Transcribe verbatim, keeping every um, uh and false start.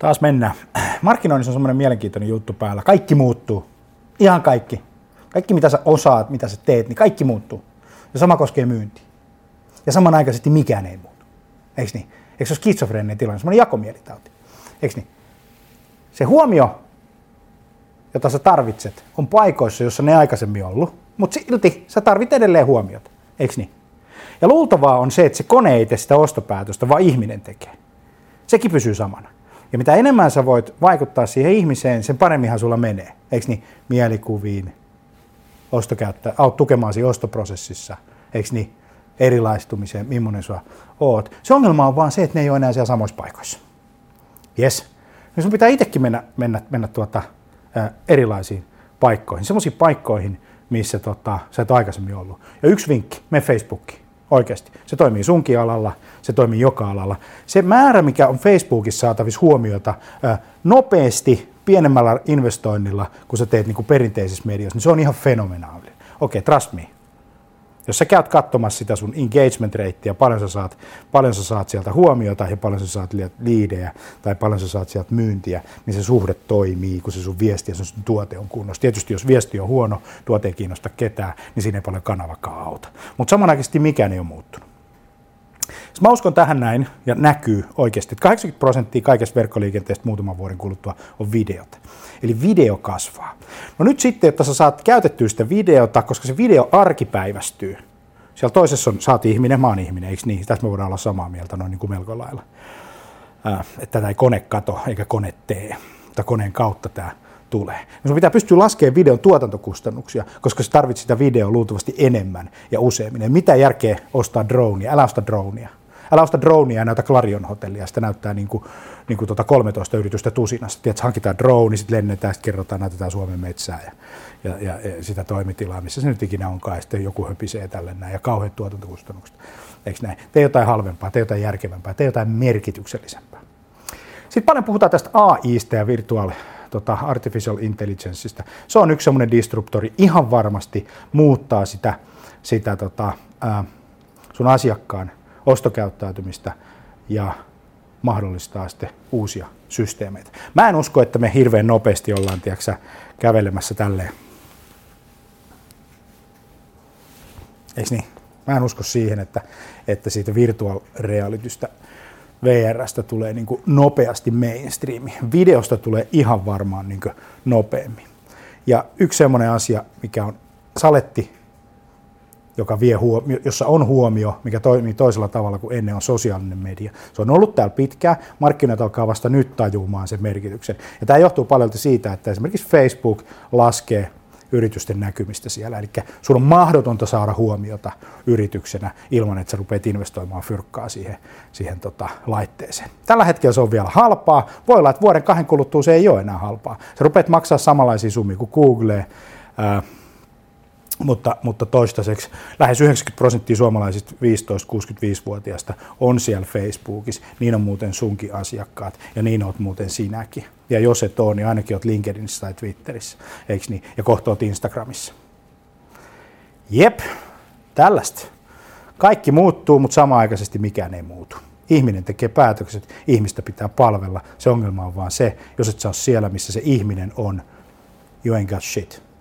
Taas mennään. Markkinoinnissa on semmoinen mielenkiintoinen juttu päällä. Kaikki muuttuu. Ihan kaikki. Kaikki mitä sä osaat, mitä sä teet, niin kaikki muuttuu. Ja sama koskee myyntiä. Ja samanaikaisesti mikään ei muutu. Eiks niin? Eikö se ole skitsofreeninen tilanne? Semmoinen jakomielitauti. Eiks niin? Se huomio, jota sä tarvitset, on paikoissa, jossa ne aikaisemmin ollut, mutta silti sä tarvit edelleen huomiota. Eiks niin? Ja luultavaa on se, että se kone ei tee sitä ostopäätöstä, vaan ihminen tekee. Sekin pysyy samana. Ja mitä enemmän sä voit vaikuttaa siihen ihmiseen, sen paremminhan sulla menee. Eikö niin? Mielikuviin, ostokäyttä, aut tukemaan siinä ostoprosessissa. Eikö niin? Erilaistumiseen, millainen sä oot. Se ongelma on vaan se, että ne ei ole enää siellä samoissa paikoissa. Jes. Ja sun pitää itsekin mennä, mennä, mennä tuota, ää, erilaisiin paikkoihin. Semmoisiin paikkoihin, missä tota, sä et aikaisemmin ollut. Ja yksi vinkki, mene Facebookiin. Oikeasti. Se toimii sunkin alalla, se toimii joka alalla. Se määrä, mikä on Facebookissa saatavissa huomiota ää, nopeasti, pienemmällä investoinnilla, kun sä teet niin kuin perinteisessä mediassa, niin se on ihan fenomenaalinen. Okei, okay, trust me. Jos sä käyt katsomassa sitä sun engagement ratea, paljon sä saat, paljon sä saat sieltä huomiota ja paljon sä saat liidejä tai paljon sä saat sieltä myyntiä, niin se suhde toimii, kun se sun viesti ja sun tuote on kunnossa. Tietysti jos viesti on huono, tuote ei kiinnosta ketään, niin siinä ei paljon kanavakaan auta. Mutta samanaikaisesti mikään ei ole muuttunut. Mä uskon tähän näin ja näkyy oikeasti, että kahdeksankymmentä prosenttia kaikesta verkkoliikenteestä muutaman vuoden kuluttua on videota. Eli video kasvaa. No nyt sitten, että sä saat käytettyä sitä videota, koska se video arkipäivästyy. Siellä toisessa on, sä oot ihminen, mä oon ihminen, eikö niin? Tässä me voidaan olla samaa mieltä noin niin kuin melko lailla. Ää, että tätä ei kone kato eikä kone tee, mutta koneen kautta tämä tulee. No sun pitää pystyä laskemaan videon tuotantokustannuksia, koska sä tarvitset sitä videoa luultavasti enemmän ja useammin. Mitä järkeä ostaa dronea? Älä osta dronea. Älä osta dronea ja näytä Clarion hotellia, sitä näyttää niin kuin, niin kuin tuota kolmetoista yritystä tusinasta. Tiedätkö, hankitaan drone, sitten lennetään, sitten kerrotaan, näytetään Suomen metsää ja, ja, ja, ja sitä toimitilaa, missä se nyt ikinä onkaan, ja sitten joku höpisee tälle näin, ja kauheat tuotantokustannukset. Eikö näin? Tee jotain halvempaa, tee jotain järkevämpää, tee jotain merkityksellisempää. Sitten paljon puhutaan tästä A I:stä ja virtual, tota, artificial intelligenceista. Se on yksi semmoinen disruptori, ihan varmasti muuttaa sitä, sitä tota, ää, sun asiakkaan ostokäyttäytymistä ja mahdollistaa sitten uusia systeemeitä. Mä en usko, että me hirveän nopeasti ollaan tiiäksä, kävelemässä tälleen. Eiks niin? Mä en usko siihen, että, että siitä virtual realitystä V R:stä tulee niin kuin nopeasti mainstreami. Videosta tulee ihan varmaan niin kuin nopeammin. Ja yksi semmoinen asia, mikä on saletti, joka vie huomio, jossa on huomio, mikä toimii toisella tavalla kuin ennen, on sosiaalinen media. Se on ollut täällä pitkään, markkinat alkaa vasta nyt tajumaan sen merkityksen. Ja tämä johtuu paljon siitä, että esimerkiksi Facebook laskee yritysten näkymistä siellä. Eli sun on mahdotonta saada huomiota yrityksenä ilman, että sä rupeat investoimaan fyrkkaa siihen, siihen tota, laitteeseen. Tällä hetkellä se on vielä halpaa. Voi olla, että vuoden kahden kuluttua se ei ole enää halpaa. Sä rupeat maksaa samanlaisia summia kuin Google, ää, Mutta, mutta toistaiseksi lähes yhdeksänkymmentä prosenttia suomalaisista viisitoista-kuusikymmentäviisi-vuotiaista on siellä Facebookissa. Niin on muuten sunkin asiakkaat ja niin oot muuten sinäkin. Ja jos et ole, niin ainakin oot LinkedInissä tai Twitterissä, eikö niin? Ja kohta oot Instagramissa. Jep, tällaista. Kaikki muuttuu, mutta samaaikaisesti mikään ei muutu. Ihminen tekee päätökset, ihmistä pitää palvella. Se ongelma on vaan se, jos et sä ole siellä, missä se ihminen on, you ain't got shit.